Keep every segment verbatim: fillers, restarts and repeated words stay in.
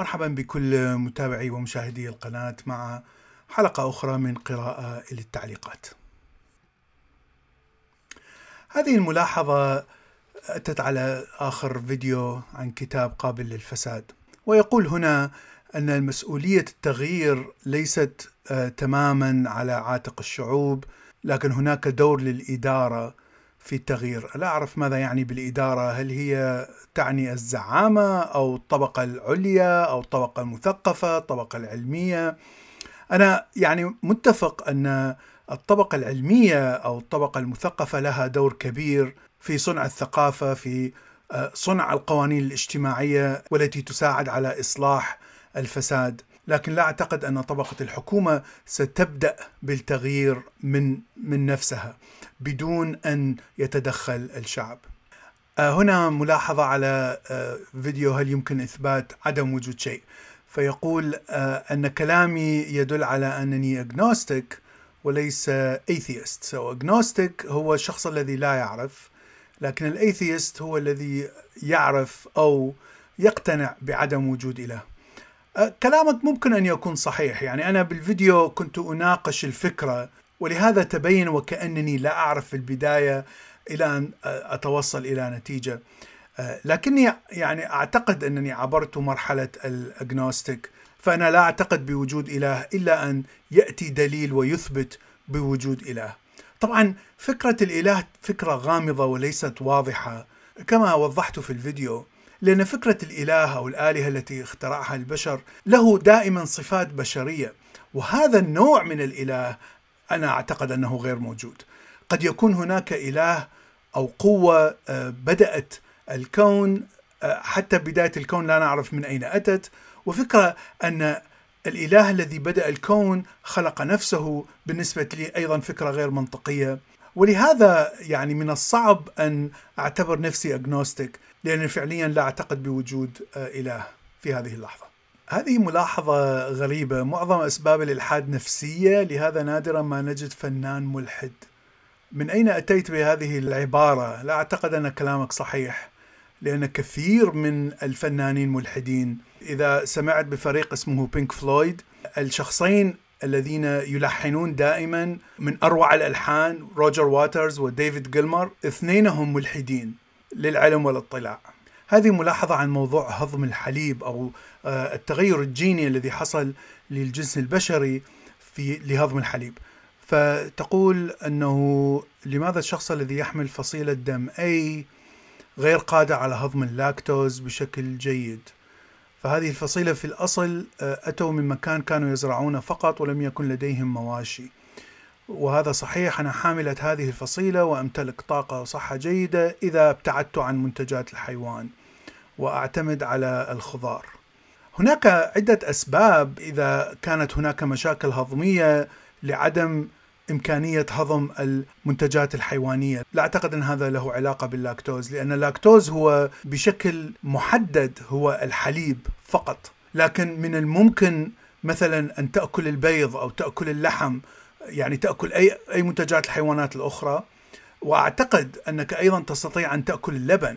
مرحبا بكل متابعي ومشاهدي القناة مع حلقة أخرى من قراءة للتعليقات. هذه الملاحظة أتت على آخر فيديو عن كتاب قابل للفساد، ويقول هنا أن المسؤولية التغيير ليست آه تماما على عاتق الشعوب، لكن هناك دور للإدارة في التغيير. لا أعرف ماذا يعني بالإدارة، هل هي تعني الزعامة أو الطبقة العليا أو الطبقة المثقفة، الطبقة العلمية؟ أنا يعني متفق أن الطبقة العلمية أو الطبقة المثقفة لها دور كبير في صنع الثقافة، في صنع القوانين الاجتماعية والتي تساعد على إصلاح الفساد، لكن لا أعتقد أن طبقة الحكومة ستبدأ بالتغيير من من نفسها بدون أن يتدخل الشعب. هنا ملاحظة على فيديو هل يمكن إثبات عدم وجود شيء، فيقول أن كلامي يدل على أنني agnostic وليس atheist. so agnostic هو الشخص الذي لا يعرف، لكن الايثيست هو الذي يعرف أو يقتنع بعدم وجود إله. كلامك ممكن أن يكون صحيح، يعني أنا بالفيديو كنت أناقش الفكرة، ولهذا تبين وكأنني لا أعرف في البداية إلى أن أتوصل إلى نتيجة، لكني يعني أعتقد أنني عبرت مرحلة الأجنوستيك، فأنا لا أعتقد بوجود إله إلا أن يأتي دليل ويثبت بوجود إله. طبعا فكرة الإله فكرة غامضة وليست واضحة كما وضحت في الفيديو، لأن فكرة الإله أو الآلهة التي اخترعها البشر له دائما صفات بشرية، وهذا النوع من الإله أنا أعتقد أنه غير موجود. قد يكون هناك إله أو قوة بدأت الكون، حتى بداية الكون لا نعرف من أين أتت، وفكرة أن الإله الذي بدأ الكون خلق نفسه بالنسبة لي أيضا فكرة غير منطقية، ولهذا يعني من الصعب أن أعتبر نفسي أجنوستيك، لأن فعليا لا أعتقد بوجود إله في هذه اللحظة. هذه ملاحظة غريبة، معظم أسباب الإلحاد نفسية، لهذا نادرا ما نجد فنان ملحد. من أين أتيت بهذه العبارة؟ لا أعتقد أن كلامك صحيح، لأن كثير من الفنانين ملحدين. إذا سمعت بفريق اسمه بينك فلويد، الشخصين الذين يلحنون دائما من أروع الألحان روجر واترز وديفيد جيلمر، اثنينهم ملحدين للعلم والاطلاع. هذه ملاحظة عن موضوع هضم الحليب أو التغير الجيني الذي حصل للجنس البشري في لهضم الحليب. فتقول أنه لماذا الشخص الذي يحمل فصيلة دم A غير قادر على هضم اللاكتوز بشكل جيد؟ فهذه الفصيلة في الأصل أتوا من مكان كانوا يزرعونه فقط ولم يكن لديهم مواشي، وهذا صحيح. أنا حاملة هذه الفصيلة وأمتلك طاقة وصحة جيدة إذا ابتعدت عن منتجات الحيوان وأعتمد على الخضار. هناك عدة أسباب إذا كانت هناك مشاكل هضمية لعدم إمكانية هضم المنتجات الحيوانية. لا أعتقد أن هذا له علاقة باللاكتوز، لأن اللاكتوز هو بشكل محدد هو الحليب فقط، لكن من الممكن مثلا أن تأكل البيض أو تأكل اللحم، يعني تأكل أي أي منتجات الحيوانات الأخرى. وأعتقد أنك أيضا تستطيع أن تأكل اللبن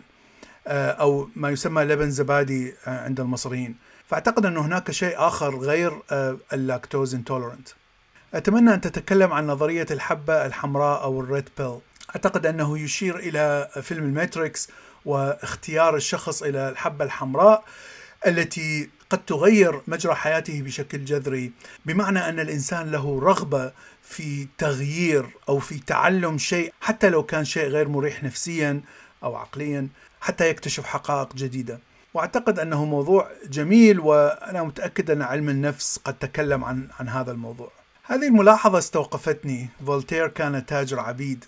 أو ما يسمى لبن زبادي عند المصريين. فأعتقد أن هناك شيء آخر غير اللاكتوز انتولرنت. أتمنى أن تتكلم عن نظرية الحبة الحمراء أو الريد بيل. أعتقد أنه يشير إلى فيلم الماتريكس واختيار الشخص إلى الحبة الحمراء التي قد تغير مجرى حياته بشكل جذري، بمعنى أن الإنسان له رغبة في تغيير أو في تعلم شيء، حتى لو كان شيء غير مريح نفسيا أو عقليا، حتى يكتشف حقائق جديدة. وأعتقد أنه موضوع جميل، وأنا متأكد أن علم النفس قد تكلم عن عن هذا الموضوع. هذه الملاحظة استوقفتني. فولتير كان تاجر عبيد،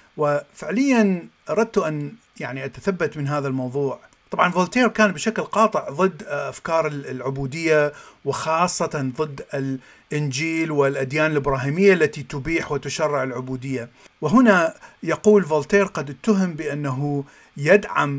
وفعليا أردت أن يعني أتثبت من هذا الموضوع. طبعا فولتير كان بشكل قاطع ضد أفكار العبودية، وخاصة ضد الإنجيل والأديان الإبراهيمية التي تبيح وتشرع العبودية. وهنا يقول فولتير قد اتهم بأنه يدعم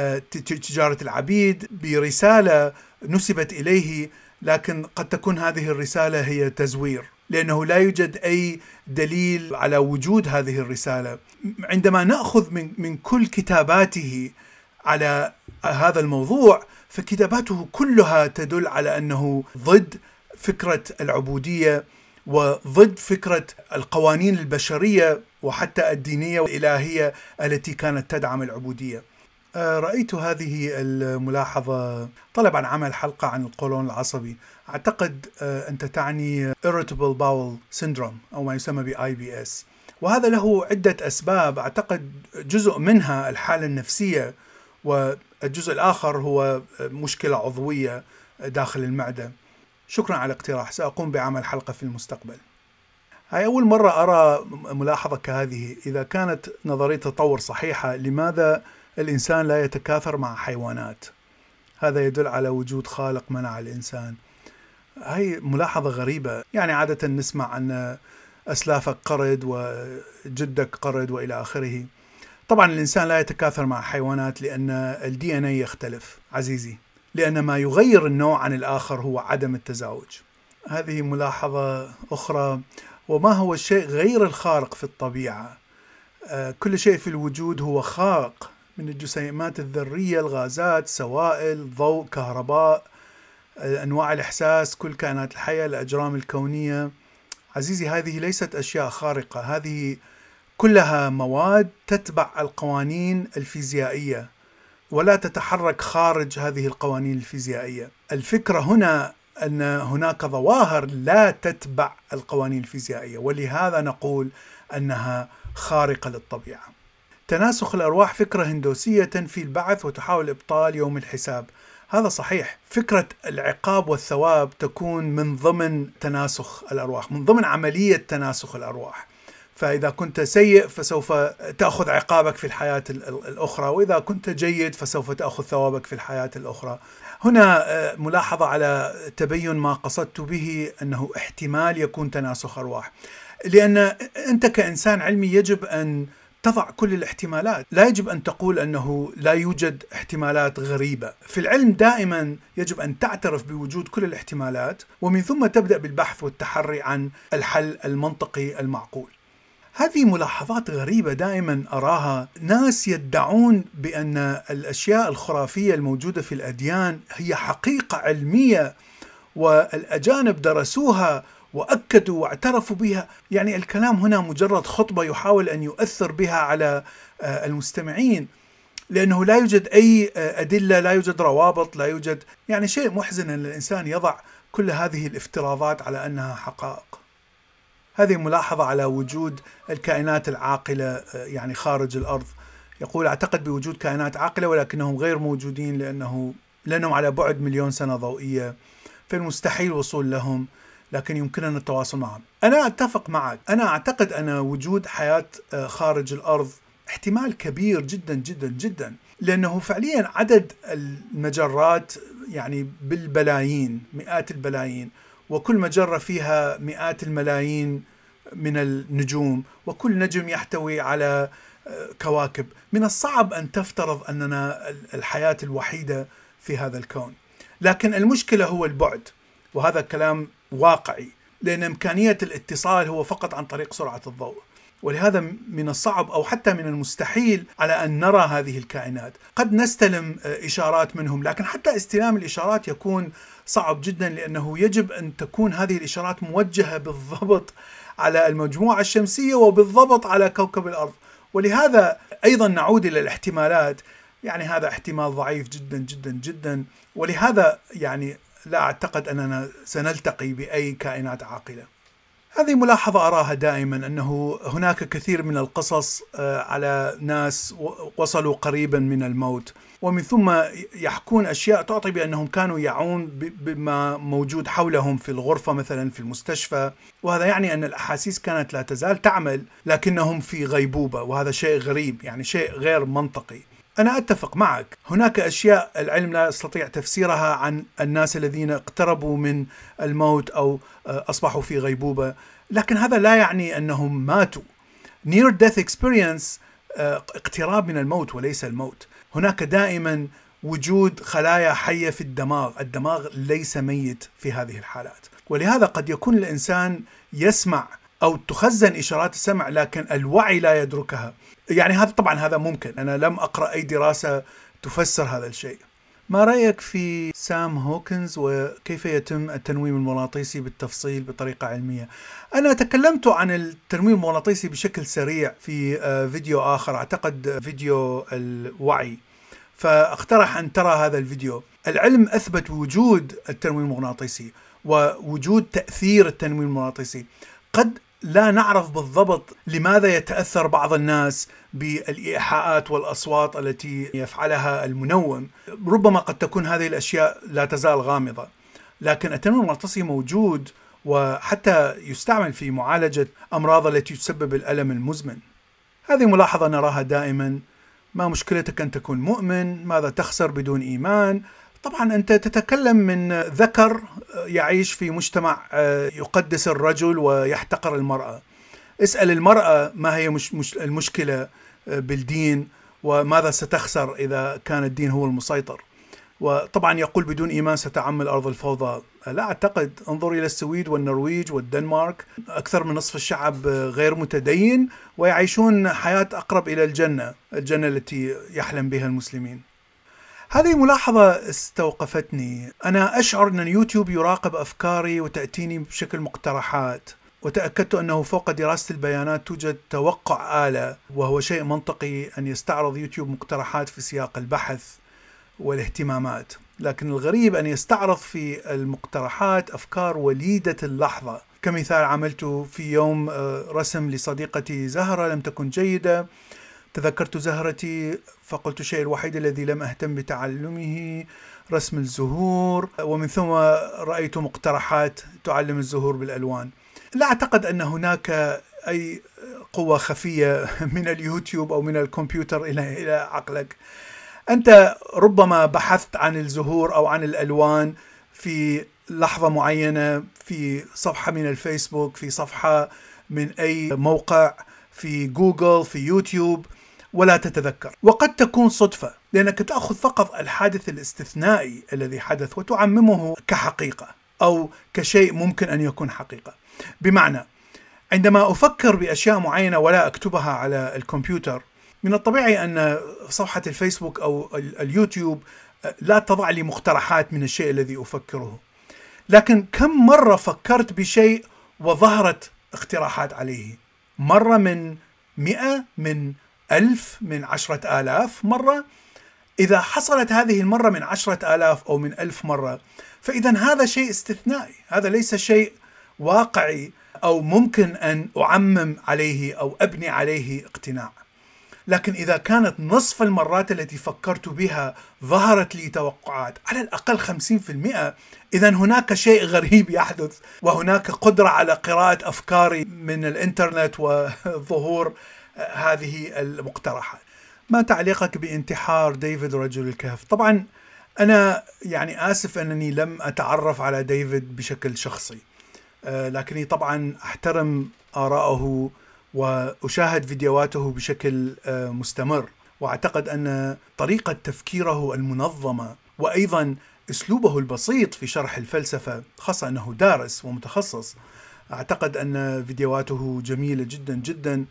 تجارة العبيد برسالة نسبت إليه، لكن قد تكون هذه الرسالة هي تزوير، لأنه لا يوجد أي دليل على وجود هذه الرسالة. عندما نأخذ من من كل كتاباته على هذا الموضوع، فكتاباته كلها تدل على أنه ضد فكرة العبودية وضد فكرة القوانين البشرية وحتى الدينية والإلهية التي كانت تدعم العبودية. رأيت هذه الملاحظة طلبا عمل حلقة عن القولون العصبي. أعتقد أنت تعني irritable bowel syndrome أو ما يسمى ب آي بي إس، وهذا له عدة أسباب. أعتقد جزء منها الحالة النفسية، والجزء الآخر هو مشكلة عضوية داخل المعدة. شكرا على الاقتراح، سأقوم بعمل حلقة في المستقبل. هاي أول مرة أرى ملاحظة كهذه. إذا كانت نظرية التطور صحيحة، لماذا الإنسان لا يتكاثر مع حيوانات؟ هذا يدل على وجود خالق منع الإنسان. هاي ملاحظة غريبة. يعني عادة نسمع أن أسلافك قرد وجدك قرد وإلى آخره. طبعا الإنسان لا يتكاثر مع حيوانات لأن الدي ان اي يختلف عزيزي، لأن ما يغير النوع عن الآخر هو عدم التزاوج. هذه ملاحظة أخرى. وما هو الشيء غير الخارق في الطبيعة؟ آه كل شيء في الوجود هو خارق، من الجسيمات الذرية، الغازات، سوائل، ضوء، كهرباء، آه أنواع الإحساس، كل كائنات الحياة، الأجرام الكونية. عزيزي، هذه ليست أشياء خارقة، هذه كلها مواد تتبع القوانين الفيزيائية ولا تتحرك خارج هذه القوانين الفيزيائية. الفكرة هنا أن هناك ظواهر لا تتبع القوانين الفيزيائية، ولهذا نقول أنها خارقة للطبيعة. تناسخ الأرواح فكرة هندوسية تنفي البعث وتحاول إبطال يوم الحساب. هذا صحيح. فكرة العقاب والثواب تكون من ضمن تناسخ الأرواح، من ضمن عملية تناسخ الأرواح. فإذا كنت سيء فسوف تأخذ عقابك في الحياة الأخرى، وإذا كنت جيد فسوف تأخذ ثوابك في الحياة الأخرى. هنا ملاحظة على تبين ما قصدت به، أنه احتمال يكون تناسخ أرواح، لأن أنت كإنسان علمي يجب أن تضع كل الاحتمالات. لا يجب أن تقول أنه لا يوجد احتمالات غريبة. في العلم دائما يجب أن تعترف بوجود كل الاحتمالات، ومن ثم تبدأ بالبحث والتحري عن الحل المنطقي المعقول. هذه ملاحظات غريبة دائما أراها. ناس يدعون بأن الأشياء الخرافية الموجودة في الأديان هي حقيقة علمية، والأجانب درسوها وأكدوا واعترفوا بها. يعني الكلام هنا مجرد خطبة يحاول أن يؤثر بها على المستمعين، لأنه لا يوجد أي أدلة، لا يوجد روابط، لا يوجد، يعني شيء محزن أن الإنسان يضع كل هذه الافتراضات على أنها حقائق. هذه ملاحظة على وجود الكائنات العاقلة يعني خارج الأرض. يقول أعتقد بوجود كائنات عاقلة ولكنهم غير موجودين لأنه لأنهم على بعد مليون سنة ضوئية، فالمستحيل الوصول لهم، لكن يمكننا التواصل معهم. أنا أتفق معك. أنا أعتقد أن وجود حياة خارج الأرض احتمال كبير جدا جدا جدا، لأنه فعليا عدد المجرات يعني بالبلايين، مئات البلايين، وكل مجرة فيها مئات الملايين من النجوم، وكل نجم يحتوي على كواكب. من الصعب أن تفترض أننا الحياة الوحيدة في هذا الكون. لكن المشكلة هو البعد، وهذا كلام واقعي، لأن إمكانية الاتصال هو فقط عن طريق سرعة الضوء، ولهذا من الصعب أو حتى من المستحيل على أن نرى هذه الكائنات. قد نستلم إشارات منهم، لكن حتى استلام الإشارات يكون صعب جدا، لأنه يجب أن تكون هذه الإشارات موجهة بالضبط على المجموعة الشمسية وبالضبط على كوكب الأرض. ولهذا أيضا نعود إلى الاحتمالات. يعني هذا احتمال ضعيف جدا جدا جدا، ولهذا يعني لا أعتقد أننا سنلتقي بأي كائنات عاقلة. هذه ملاحظة أراها دائما، أنه هناك كثير من القصص على ناس وصلوا قريبا من الموت، ومن ثم يحكون أشياء تعطي بأنهم كانوا يعون بما موجود حولهم في الغرفة مثلا في المستشفى، وهذا يعني أن الأحاسيس كانت لا تزال تعمل لكنهم في غيبوبة، وهذا شيء غريب، يعني شيء غير منطقي. أنا أتفق معك. هناك أشياء العلم لا يستطيع تفسيرها عن الناس الذين اقتربوا من الموت أو أصبحوا في غيبوبة، لكن هذا لا يعني أنهم ماتوا. Near death experience اقتراب من الموت وليس الموت. هناك دائما وجود خلايا حية في الدماغ. الدماغ ليس ميت في هذه الحالات، ولهذا قد يكون الإنسان يسمع أو تخزن إشارات السمع لكن الوعي لا يدركها. يعني هذا طبعا هذا ممكن. أنا لم أقرأ أي دراسة تفسر هذا الشيء، ما رأيك في سام هوكنز وكيف يتم التنويم المغناطيسي بالتفصيل بطريقة علمية؟ أنا تكلمت عن التنويم المغناطيسي بشكل سريع في فيديو آخر، أعتقد فيديو الوعي، فاقترح أن ترى هذا الفيديو. العلم أثبت وجود التنويم المغناطيسي ووجود تأثير التنويم المغناطيسي. قد لا نعرف بالضبط لماذا يتأثر بعض الناس بالإيحاءات والأصوات التي يفعلها المنوم، ربما قد تكون هذه الأشياء لا تزال غامضة، لكن التنويم المغناطيسي موجود وحتى يستعمل في معالجة أمراض التي تسبب الألم المزمن. هذه ملاحظة نراها دائما. ما مشكلتك أن تكون مؤمن؟ ماذا تخسر بدون إيمان؟ طبعا أنت تتكلم من ذكر يعيش في مجتمع يقدس الرجل ويحتقر المرأة. اسأل المرأة ما هي مش مش المشكلة بالدين وماذا ستخسر إذا كان الدين هو المسيطر. وطبعا يقول بدون إيمان ستعم الأرض الفوضى. لا أعتقد. انظر إلى السويد والنرويج والدنمارك، أكثر من نصف الشعب غير متدين ويعيشون حياة أقرب إلى الجنة، الجنة التي يحلم بها المسلمين. هذه ملاحظة استوقفتني. أنا أشعر أن يوتيوب يراقب أفكاري وتأتيني بشكل مقترحات، وتأكدت أنه فوق دراسة البيانات توجد توقع آلة، وهو شيء منطقي أن يستعرض يوتيوب مقترحات في سياق البحث والاهتمامات، لكن الغريب أن يستعرض في المقترحات أفكار وليدة اللحظة. كمثال، عملت في يوم رسم لصديقتي زهرة لم تكن جيدة، تذكرت زهرتي فقلت الشيء الوحيد الذي لم أهتم بتعلمه رسم الزهور، ومن ثم رأيت مقترحات تعلم الزهور بالألوان. لا أعتقد أن هناك أي قوة خفية من اليوتيوب أو من الكمبيوتر إلى إلى عقلك. أنت ربما بحثت عن الزهور أو عن الألوان في لحظة معينة، في صفحة من الفيسبوك، في صفحة من أي موقع، في جوجل، في يوتيوب، ولا تتذكر. وقد تكون صدفة، لأنك تأخذ فقط الحادث الاستثنائي الذي حدث وتعممه كحقيقة أو كشيء ممكن أن يكون حقيقة. بمعنى، عندما أفكر بأشياء معينة ولا أكتبها على الكمبيوتر، من الطبيعي أن صفحة الفيسبوك أو اليوتيوب لا تضع لي مقترحات من الشيء الذي أفكره. لكن كم مرة فكرت بشيء وظهرت اقتراحات عليه؟ مرة من مئة، من ألف، من عشرة آلاف مرة. إذا حصلت هذه المرة من عشرة آلاف أو من ألف مرة، فإذا هذا شيء استثنائي، هذا ليس شيء واقعي أو ممكن أن أعمم عليه أو أبني عليه اقتناع. لكن إذا كانت نصف المرات التي فكرت بها ظهرت لي توقعات على الأقل خمسين بالمئة، إذا هناك شيء غريب يحدث، وهناك قدرة على قراءة أفكاري من الإنترنت وظهور هذه المقترحات. ما تعليقك بانتحار ديفيد رجل الكهف؟ طبعا أنا يعني آسف أنني لم أتعرف على ديفيد بشكل شخصي، لكني طبعا أحترم آراءه وأشاهد فيديوهاته بشكل مستمر، وأعتقد أن طريقة تفكيره المنظمة وأيضا أسلوبه البسيط في شرح الفلسفة، خاصة أنه دارس ومتخصص، أعتقد أن فيديوهاته جميلة جدا جدا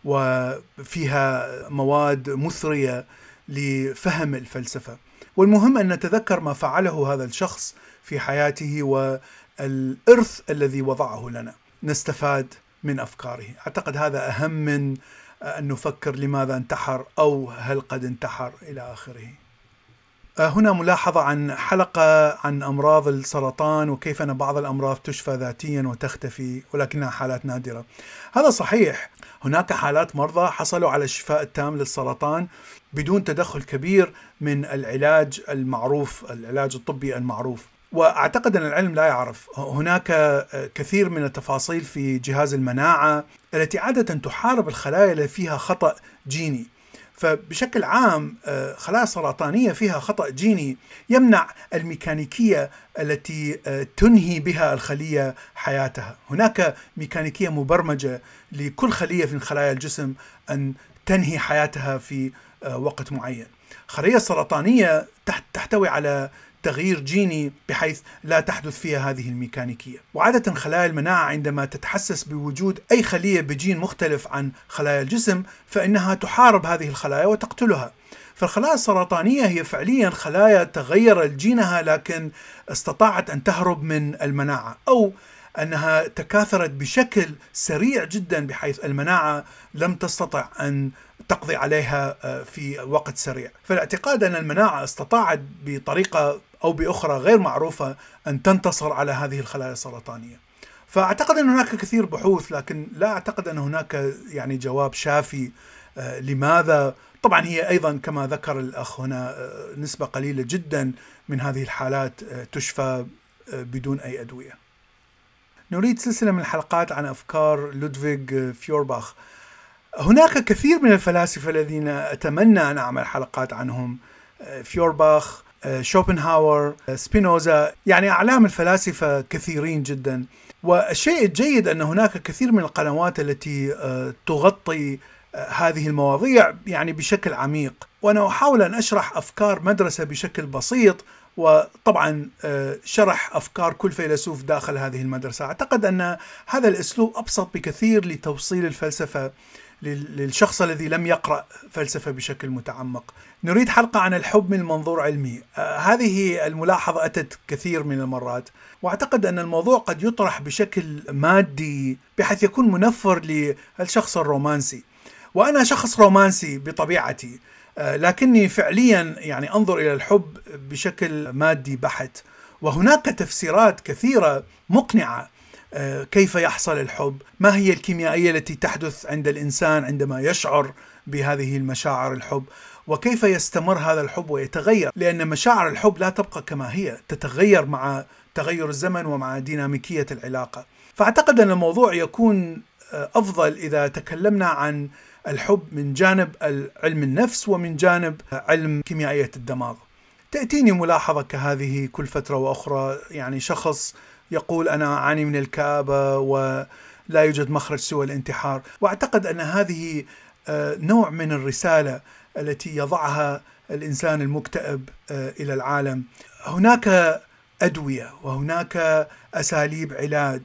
وفيها مواد مثرية لفهم الفلسفة. والمهم أن نتذكر ما فعله هذا الشخص في حياته والإرث الذي وضعه لنا، نستفاد من أفكاره. أعتقد هذا أهم من أن نفكر لماذا انتحر أو هل قد انتحر إلى آخره. هنا ملاحظة عن حلقة عن أمراض السرطان وكيف أن بعض الأمراض تشفى ذاتيا وتختفي ولكنها حالات نادرة. هذا صحيح، هناك حالات مرضى حصلوا على الشفاء التام للسرطان بدون تدخل كبير من العلاج المعروف، العلاج الطبي المعروف. وأعتقد أن العلم لا يعرف. هناك كثير من التفاصيل في جهاز المناعة التي عادة تحارب الخلايا التي فيها خطأ جيني. فبشكل عام خلايا سرطانية فيها خطأ جيني يمنع الميكانيكية التي تنهي بها الخلية حياتها. هناك ميكانيكية مبرمجة لكل خلية من خلايا الجسم أن تنهي حياتها في وقت معين. خلية سرطانية تحتوي على تغيير جيني بحيث لا تحدث فيها هذه الميكانيكية. وعادة خلايا المناعة عندما تتحسس بوجود أي خلية بجين مختلف عن خلايا الجسم فإنها تحارب هذه الخلايا وتقتلها. فالخلايا السرطانية هي فعليا خلايا تغير جينها لكن استطاعت أن تهرب من المناعة، أو أنها تكاثرت بشكل سريع جدا بحيث المناعة لم تستطع أن تقضي عليها في وقت سريع. فالاعتقاد أن المناعة استطاعت بطريقة أو بأخرى غير معروفة أن تنتصر على هذه الخلايا السرطانية. فأعتقد أن هناك كثير بحوث، لكن لا أعتقد أن هناك يعني جواب شافي لماذا. طبعا هي أيضا كما ذكر الأخ هنا نسبة قليلة جدا من هذه الحالات تشفى بدون أي أدوية. نريد سلسلة من الحلقات عن أفكار لودفيغ فيورباخ. هناك كثير من الفلاسفة الذين أتمنى أن أعمل حلقات عنهم: فيورباخ، شوبنهاور، سبينوزا، يعني أعلام الفلاسفة كثيرين جدا. والشيء الجيد أن هناك كثير من القنوات التي تغطي هذه المواضيع يعني بشكل عميق، وأنا أحاول أن أشرح أفكار مدرسة بشكل بسيط، وطبعا شرح أفكار كل فيلسوف داخل هذه المدرسة. أعتقد أن هذا الأسلوب أبسط بكثير لتوصيل الفلسفة للشخص الذي لم يقرأ فلسفة بشكل متعمق. نريد حلقة عن الحب من منظور علمي. آه هذه الملاحظة أتت كثير من المرات، وأعتقد أن الموضوع قد يطرح بشكل مادي بحيث يكون منفر للشخص الرومانسي، وأنا شخص رومانسي بطبيعتي، آه لكني فعليا يعني أنظر إلى الحب بشكل مادي بحت، وهناك تفسيرات كثيرة مقنعة كيف يحصل الحب، ما هي الكيميائية التي تحدث عند الإنسان عندما يشعر بهذه المشاعر الحب، وكيف يستمر هذا الحب ويتغير، لأن مشاعر الحب لا تبقى كما هي، تتغير مع تغير الزمن ومع ديناميكية العلاقة. فأعتقد أن الموضوع يكون أفضل إذا تكلمنا عن الحب من جانب علم النفس ومن جانب علم كيميائية الدماغ. تأتيني ملاحظة كهذه كل فترة وأخرى، يعني شخص يقول أنا أعاني من الكآبة ولا يوجد مخرج سوى الانتحار، وأعتقد أن هذه نوع من الرسالة التي يضعها الإنسان المكتئب إلى العالم. هناك أدوية وهناك أساليب علاج،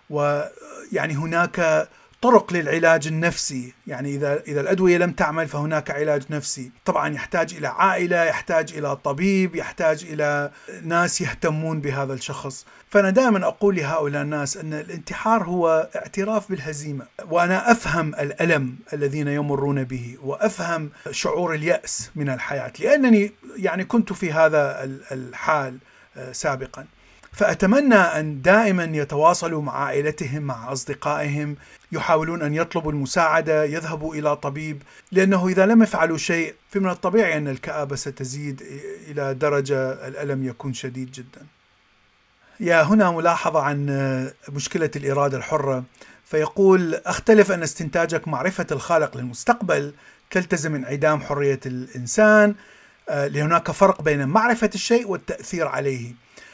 ويعني هناك طرق للعلاج النفسي، يعني إذا إذا الأدوية لم تعمل فهناك علاج نفسي. طبعا يحتاج إلى عائلة، يحتاج إلى طبيب، يحتاج إلى ناس يهتمون بهذا الشخص. فأنا دائما أقول لهؤلاء الناس أن الانتحار هو اعتراف بالهزيمة، وأنا أفهم الألم الذين يمرون به، وأفهم شعور اليأس من الحياة، لأنني يعني كنت في هذا الحال سابقا. فأتمنى أن دائما يتواصلوا مع عائلتهم، مع أصدقائهم، يحاولون أن يطلبوا المساعدة، يذهبوا إلى طبيب، لأنه إذا لم يفعلوا شيء فمن الطبيعي أن الكآبة ستزيد إلى درجة الألم يكون شديد جدا. يا هنا ملاحظة عن مشكلة الإرادة الحرة، فيقول: أختلف أن استنتاجك معرفة الخالق للمستقبل تلتزم انعدام حرية الإنسان، لهناك فرق بين معرفة الشيء والتأثير عليه.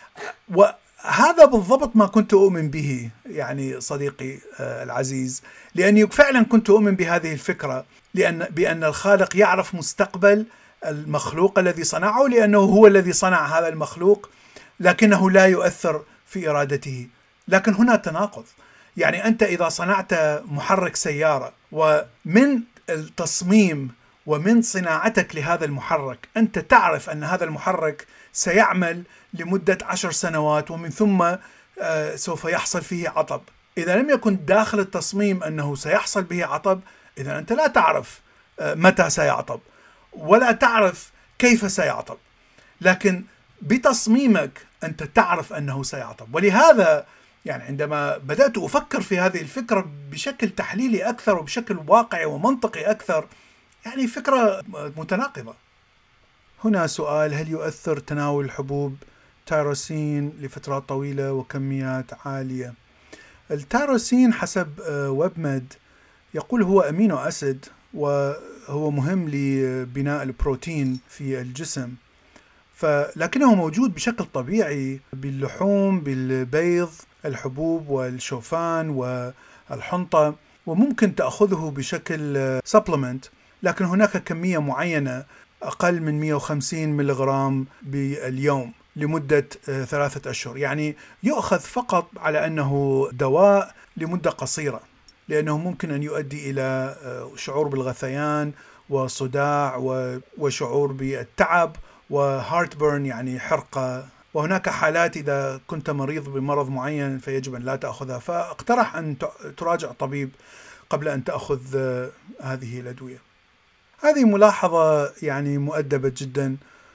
وهذا بالضبط ما كنت أؤمن به يعني صديقي العزيز، لأني فعلا كنت أؤمن بهذه الفكرة، لأن بأن الخالق يعرف مستقبل المخلوق الذي صنعه، لأنه هو الذي صنع هذا المخلوق، لكنه لا يؤثر في إرادته. لكن هنا تناقض، يعني أنت إذا صنعت محرك سيارة، ومن التصميم ومن صناعتك لهذا المحرك أنت تعرف أن هذا المحرك سيعمل لمدة عشر سنوات ومن ثم سوف يحصل فيه عطب. إذا لم يكن داخل التصميم أنه سيحصل به عطب، إذا أنت لا تعرف متى سيعطب ولا تعرف كيف سيعطب، لكن بتصميمك أنت تعرف أنه سيعطب. ولهذا يعني عندما بدأت أفكر في هذه الفكرة بشكل تحليلي أكثر وبشكل واقعي ومنطقي أكثر، يعني فكرة متناقضة. هنا سؤال: هل يؤثر تناول الحبوب تايروسين لفترات طويلة وكميات عالية؟ التايروسين حسب ويب ميد يقول هو أمينو أسيد، وهو مهم لبناء البروتين في الجسم، فلكنه موجود بشكل طبيعي باللحوم، بالبيض، الحبوب والشوفان والحنطة، وممكن تأخذه بشكل supplement، لكن هناك كمية معينة أقل من مئة وخمسين ملغرام باليوم لمدة ثلاثة أشهر، يعني يؤخذ فقط على أنه دواء لمدة قصيرة، لأنه ممكن أن يؤدي إلى شعور بالغثيان وصداع وشعور بالتعب وهارتبرن يعني حرقة. وهناك حالات إذا كنت مريض بمرض معين فيجب أن لا تأخذها، فاقترح أن تراجع طبيب قبل أن تأخذ هذه الأدوية. هذه ملاحظة يعني مؤدبة جدا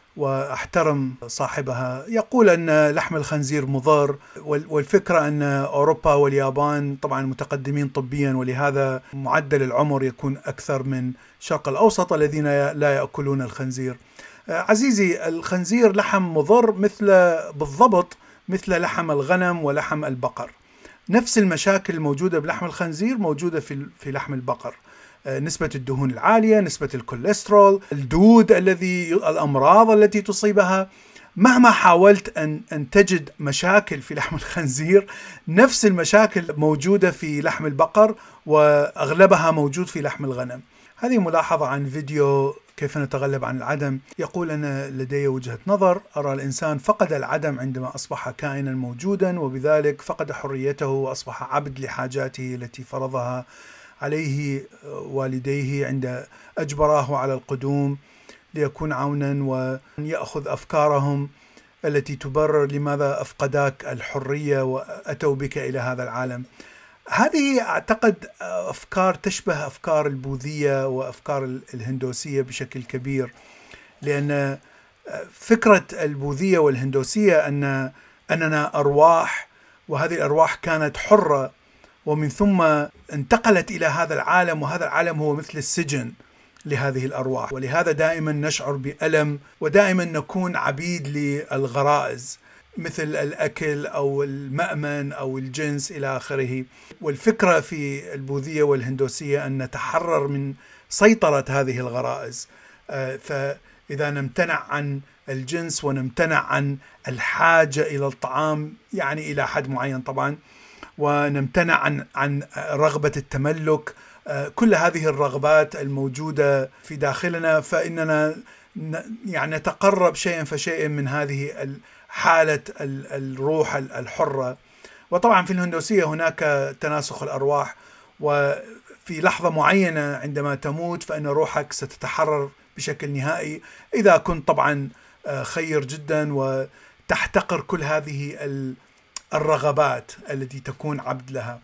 وأحترم صاحبها. يقول أن لحم الخنزير مضر، والفكرة أن أوروبا واليابان طبعا متقدمين طبيا، ولهذا معدل العمر يكون أكثر من الشرق الأوسط الذين لا يأكلون الخنزير. عزيزي، الخنزير لحم مضر مثل بالضبط مثل لحم الغنم ولحم البقر. نفس المشاكل الموجودة بلحم الخنزير موجودة في في لحم البقر. نسبة الدهون العالية، نسبة الكوليسترول، الدود الذي الأمراض التي تصيبها. مهما حاولت أن أن تجد مشاكل في لحم الخنزير، نفس المشاكل موجودة في لحم البقر، وأغلبها موجود في لحم الغنم. هذه ملاحظة عن فيديو كيف نتغلب عن العدم. يقول أنا لدي وجهة نظر، أرى الإنسان فقد العدم عندما أصبح كائنا موجودا، وبذلك فقد حريته وأصبح عبد لحاجاته التي فرضها عليه والديه عند أجبراه على القدوم ليكون عونا ويأخذ أفكارهم التي تبرر لماذا أفقداك الحرية وأتوا بك إلى هذا العالم. هذه أعتقد أفكار تشبه أفكار البوذية وأفكار الهندوسية بشكل كبير، لأن فكرة البوذية والهندوسية أن أننا أرواح، وهذه الأرواح كانت حرة ومن ثم انتقلت إلى هذا العالم، وهذا العالم هو مثل السجن لهذه الأرواح، ولهذا دائما نشعر بألم ودائما نكون عبيد للغرائز مثل الأكل أو المأمن أو الجنس إلى آخره. والفكرة في البوذية والهندوسية أن نتحرر من سيطرة هذه الغرائز. فإذا نمتنع عن الجنس ونمتنع عن الحاجة إلى الطعام، يعني إلى حد معين طبعا، ونمتنع عن عن رغبة التملك، كل هذه الرغبات الموجودة في داخلنا، فإننا يعني نتقرب شيئا فشيئا من هذه حالة الروح الحرة. وطبعا في الهندوسية هناك تناسخ الأرواح، وفي لحظة معينة عندما تموت فإن روحك ستتحرر بشكل نهائي إذا كنت طبعا خير جدا وتحتقر كل هذه الرغبات التي تكون عبد لها.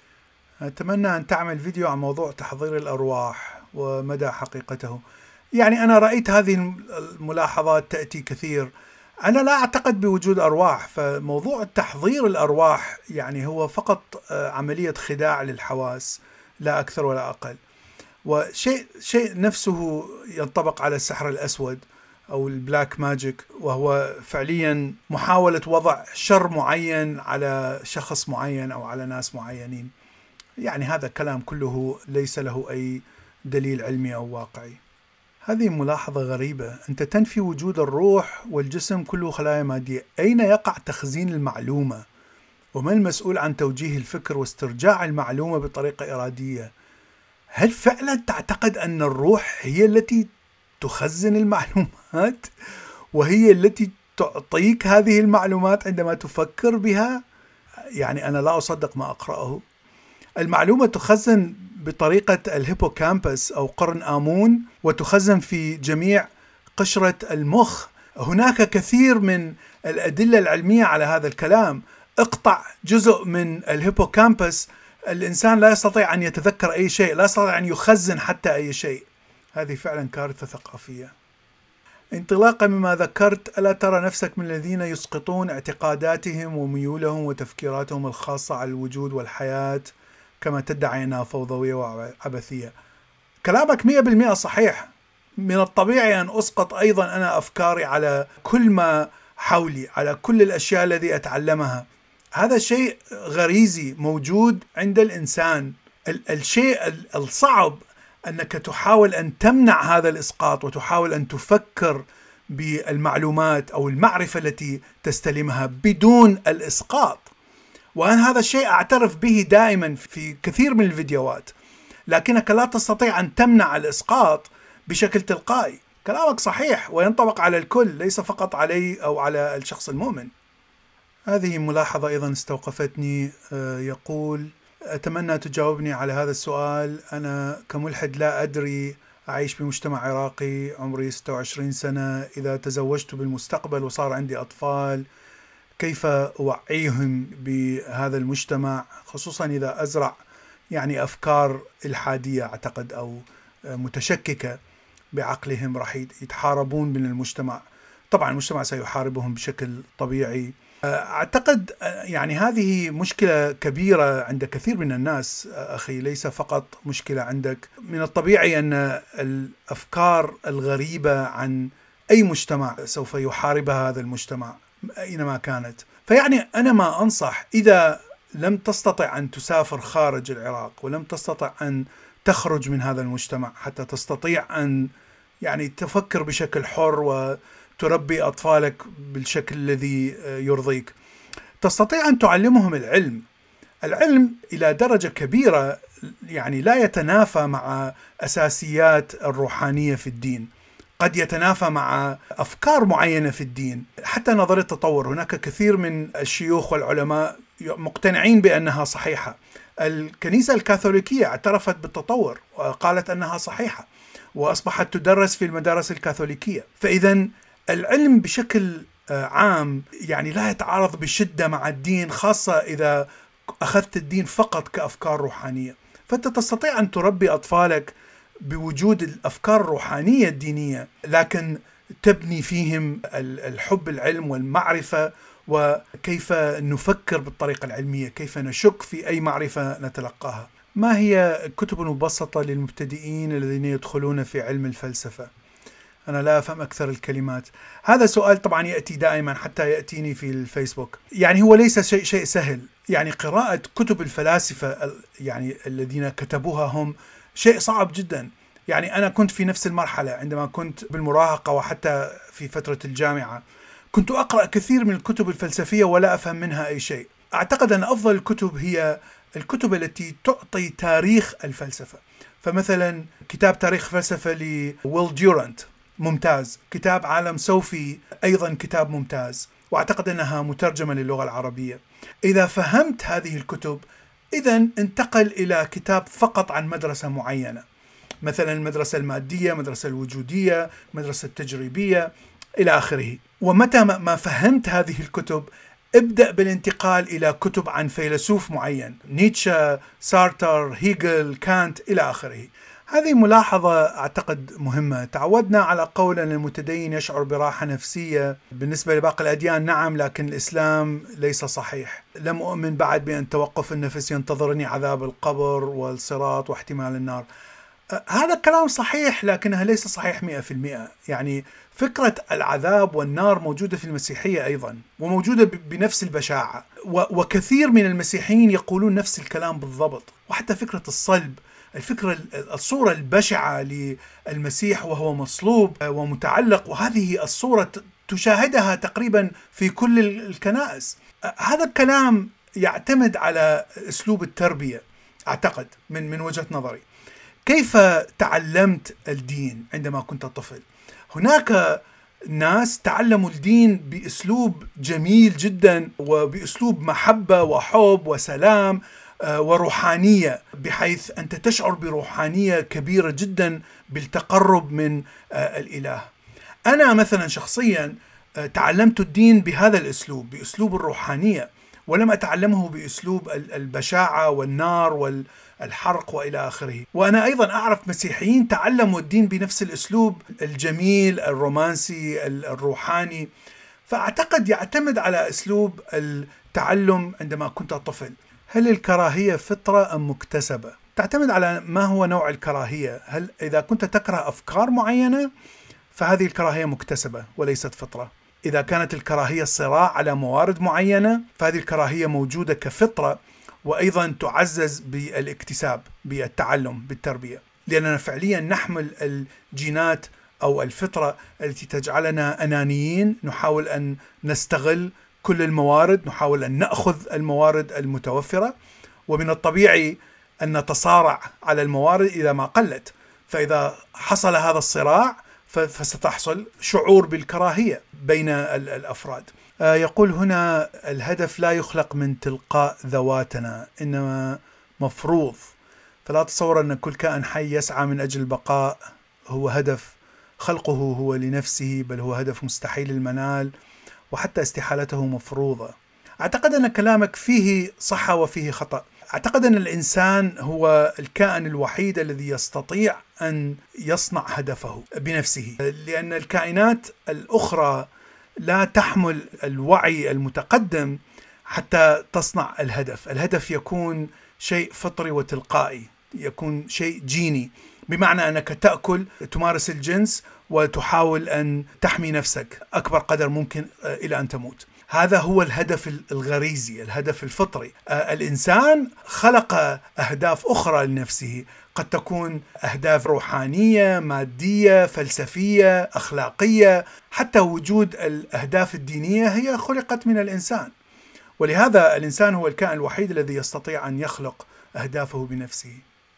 أتمنى أن تعمل فيديو عن موضوع تحضير الأرواح ومدى حقيقته. يعني أنا رأيت هذه الملاحظات تأتي كثير. أنا لا أعتقد بوجود أرواح، فموضوع تحضير الأرواح يعني هو فقط عملية خداع للحواس لا أكثر ولا أقل. وشيء شيء نفسه ينطبق على السحر الأسود أو البلاك ماجيك، وهو فعليا محاولة وضع شر معين على شخص معين أو على ناس معينين. يعني هذا الكلام كله ليس له أي دليل علمي أو واقعي. هذه ملاحظة غريبة. أنت تنفي وجود الروح والجسم كله خلايا مادية. أين يقع تخزين المعلومة؟ ومن المسؤول عن توجيه الفكر واسترجاع المعلومة بطريقة إرادية؟ هل فعلا تعتقد أن الروح هي التي تخزن المعلومات وهي التي تعطيك هذه المعلومات عندما تفكر بها؟ يعني أنا لا أصدق ما أقرأه. المعلومة تخزن بطريقة الهيبوكامبس أو قرن آمون، وتخزن في جميع قشرة المخ. هناك كثير من الأدلة العلمية على هذا الكلام. اقطع جزء من الهيبوكامبس، الإنسان لا يستطيع أن يتذكر أي شيء، لا يستطيع أن يخزن حتى أي شيء. هذه فعلا كارثة ثقافية. انطلاقا مما ذكرت، ألا ترى نفسك من الذين يسقطون اعتقاداتهم وميولهم وتفكيراتهم الخاصة على الوجود والحياة كما تدعي أنها فوضوية وعبثية؟ كلامك مئة بالمئة صحيح. من الطبيعي أن أسقط أيضا أنا أفكاري على كل ما حولي، على كل الأشياء التي أتعلمها. هذا شيء غريزي موجود عند الإنسان. الشيء الصعب أنك تحاول أن تمنع هذا الإسقاط، وتحاول أن تفكر بالمعلومات أو المعرفة التي تستلمها بدون الإسقاط. وأنا هذا الشيء أعترف به دائما في كثير من الفيديوهات، لكنك لا تستطيع أن تمنع الإسقاط بشكل تلقائي. كلامك صحيح وينطبق على الكل، ليس فقط علي أو على الشخص المؤمن. هذه ملاحظة أيضا استوقفتني. يقول: أتمنى تجاوبني على هذا السؤال. أنا كملحد لا أدري أعيش بمجتمع عراقي، عمري ستة وعشرين سنة، إذا تزوجت بالمستقبل وصار عندي أطفال كيف أوعيهم بهذا المجتمع، خصوصا إذا أزرع يعني أفكار إلحادية أعتقد أو متشككة بعقلهم، راح يتحاربون من المجتمع. طبعا المجتمع سيحاربهم بشكل طبيعي. أعتقد يعني هذه مشكلة كبيرة عند كثير من الناس أخي، ليس فقط مشكلة عندك. من الطبيعي أن الأفكار الغريبة عن أي مجتمع سوف يحاربها هذا المجتمع أينما كانت. فيعني أنا ما أنصح، إذا لم تستطع أن تسافر خارج العراق ولم تستطع أن تخرج من هذا المجتمع حتى تستطيع أن يعني تفكر بشكل حر وتربي أطفالك بالشكل الذي يرضيك، تستطيع أن تعلمهم العلم. العلم إلى درجة كبيرة يعني لا يتنافى مع أساسيات الروحانية في الدين، قد يتنافى مع أفكار معينة في الدين. حتى نظرية التطور، هناك كثير من الشيوخ والعلماء مقتنعين بأنها صحيحة. الكنيسة الكاثوليكية اعترفت بالتطور وقالت أنها صحيحة، وأصبحت تدرس في المدارس الكاثوليكية. فإذا العلم بشكل عام يعني لا يتعارض بشدة مع الدين، خاصة إذا أخذت الدين فقط كأفكار روحانية. فأنت تستطيع أن تربي أطفالك بوجود الأفكار الروحانية الدينية، لكن تبني فيهم الحب العلم والمعرفة، وكيف نفكر بالطريقة العلمية، كيف نشك في أي معرفة نتلقاها. ما هي الكتب المبسطة للمبتدئين الذين يدخلون في علم الفلسفة؟ أنا لا أفهم أكثر الكلمات. هذا سؤال طبعا يأتي دائما، حتى يأتيني في الفيسبوك. يعني هو ليس شيء, شيء سهل، يعني قراءة كتب الفلاسفة يعني الذين كتبوها هم شيء صعب جدا. يعني أنا كنت في نفس المرحلة عندما كنت بالمراهقة وحتى في فترة الجامعة، كنت أقرأ كثير من الكتب الفلسفية ولا أفهم منها أي شيء. أعتقد أن أفضل الكتب هي الكتب التي تعطي تاريخ الفلسفة. فمثلا كتاب تاريخ فلسفة لويل ديورانت ممتاز، كتاب عالم سوفي أيضا كتاب ممتاز، وأعتقد أنها مترجمة للغة العربية. إذا فهمت هذه الكتب إذن انتقل إلى كتاب فقط عن مدرسة معينة، مثلا المدرسة المادية، مدرسة الوجودية، مدرسة التجريبية إلى آخره. ومتى ما فهمت هذه الكتب ابدأ بالانتقال إلى كتب عن فيلسوف معين، نيتشه، سارتر، هيجل، كانت إلى آخره. هذه ملاحظة أعتقد مهمة. تعودنا على قول أن المتدين يشعر براحة نفسية. بالنسبة لباقي الأديان نعم، لكن الإسلام ليس صحيح. لم أؤمن بعد بأن توقف النفس ينتظرني عذاب القبر والصراط واحتمال النار. هذا الكلام صحيح، لكنها ليس صحيح مئة في المئة. يعني فكرة العذاب والنار موجودة في المسيحية أيضا، وموجودة بنفس البشاعة، وكثير من المسيحيين يقولون نفس الكلام بالضبط. وحتى فكرة الصلب، الفكرة الصورة البشعة للمسيح وهو مصلوب ومتعلق، وهذه الصورة تشاهدها تقريبا في كل الكنائس. هذا الكلام يعتمد على أسلوب التربية أعتقد من من وجهة نظري. كيف تعلمت الدين عندما كنت طفل؟ هناك ناس تعلموا الدين بأسلوب جميل جدا، وبأسلوب محبة وحب وسلام وروحانية، بحيث أنت تشعر بروحانية كبيرة جدا بالتقرب من الإله. أنا مثلا شخصيا تعلمت الدين بهذا الأسلوب، بأسلوب الروحانية، ولم أتعلمه بأسلوب البشاعة والنار والحرق وإلى آخره. وأنا أيضا أعرف مسيحيين تعلموا الدين بنفس الأسلوب الجميل الرومانسي الروحاني. فأعتقد يعتمد على أسلوب التعلم عندما كنت طفل. هل الكراهية فطرة أم مكتسبة؟ تعتمد على ما هو نوع الكراهية. هل إذا كنت تكره أفكار معينة فهذه الكراهية مكتسبة وليست فطرة. إذا كانت الكراهية صراع على موارد معينة فهذه الكراهية موجودة كفطرة، وأيضا تعزز بالاكتساب، بالتعلم، بالتربية، لأننا فعليا نحمل الجينات أو الفطرة التي تجعلنا أنانيين، نحاول أن نستغل كل الموارد، نحاول أن نأخذ الموارد المتوفرة، ومن الطبيعي أن نتصارع على الموارد إذا ما قلت. فإذا حصل هذا الصراع فستحصل شعور بالكراهية بين الأفراد. يقول هنا الهدف لا يخلق من تلقاء ذواتنا، إنما مفروض. فلا تصور أن كل كائن حي يسعى من أجل البقاء هو هدف خلقه هو لنفسه، بل هو هدف مستحيل المنال، وحتى استحالته مفروضة. أعتقد أن كلامك فيه صحة وفيه خطأ. أعتقد أن الإنسان هو الكائن الوحيد الذي يستطيع أن يصنع هدفه بنفسه، لأن الكائنات الأخرى لا تحمل الوعي المتقدم حتى تصنع الهدف. الهدف يكون شيء فطري وتلقائي، يكون شيء جيني، بمعنى أنك تأكل، تمارس الجنس، وتحاول أن تحمي نفسك أكبر قدر ممكن إلى أن تموت. هذا هو الهدف الغريزي، الهدف الفطري. الإنسان خلق أهداف أخرى لنفسه، قد تكون أهداف روحانية، مادية، فلسفية، أخلاقية، حتى وجود الأهداف الدينية هي خلقت من الإنسان. ولهذا الإنسان هو الكائن الوحيد الذي يستطيع أن يخلق أهدافه بنفسه.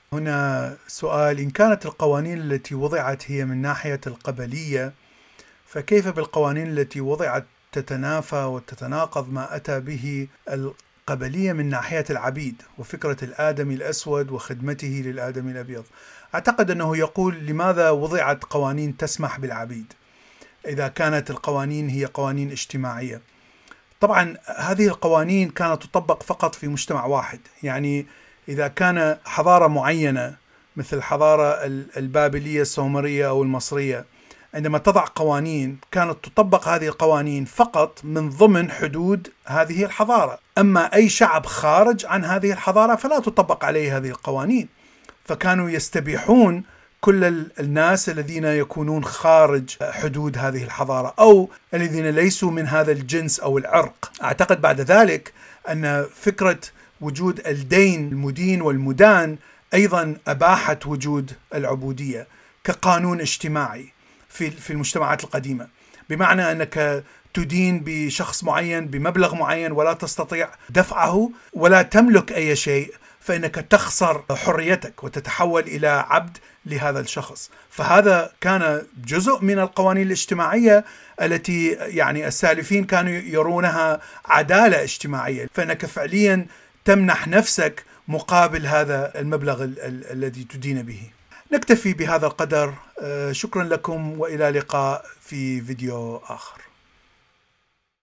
هنا سؤال: إن كانت القوانين التي وضعت هي من ناحية القبلية، فكيف بالقوانين التي وضعت تتنافى وتتناقض ما أتى به القبلية من ناحية العبيد وفكرة الآدمي الأسود وخدمته للآدمي الأبيض؟ أعتقد أنه يقول: لماذا وضعت قوانين تسمح بالعبيد إذا كانت القوانين هي قوانين اجتماعية؟ طبعا هذه القوانين كانت تطبق فقط في مجتمع واحد. يعني إذا كان حضارة معينة مثل الحضارة البابلية السومرية أو المصرية عندما تضع قوانين، كانت تطبق هذه القوانين فقط من ضمن حدود هذه الحضارة. أما أي شعب خارج عن هذه الحضارة فلا تطبق عليه هذه القوانين، فكانوا يستبيحون كل الناس الذين يكونون خارج حدود هذه الحضارة أو الذين ليسوا من هذا الجنس أو العرق. أعتقد بعد ذلك أن فكرة وجود الدين المدين والمدان أيضا أباحت وجود العبودية كقانون اجتماعي في في المجتمعات القديمة، بمعنى أنك تدين بشخص معين بمبلغ معين ولا تستطيع دفعه ولا تملك أي شيء، فإنك تخسر حريتك وتتحول إلى عبد لهذا الشخص. فهذا كان جزء من القوانين الاجتماعية التي يعني السالفين كانوا يرونها عدالة اجتماعية، فإنك فعليا تمنح نفسك مقابل هذا المبلغ ال- ال- الذي تدين به. نكتفي بهذا القدر. شكرا لكم، وإلى لقاء في فيديو آخر.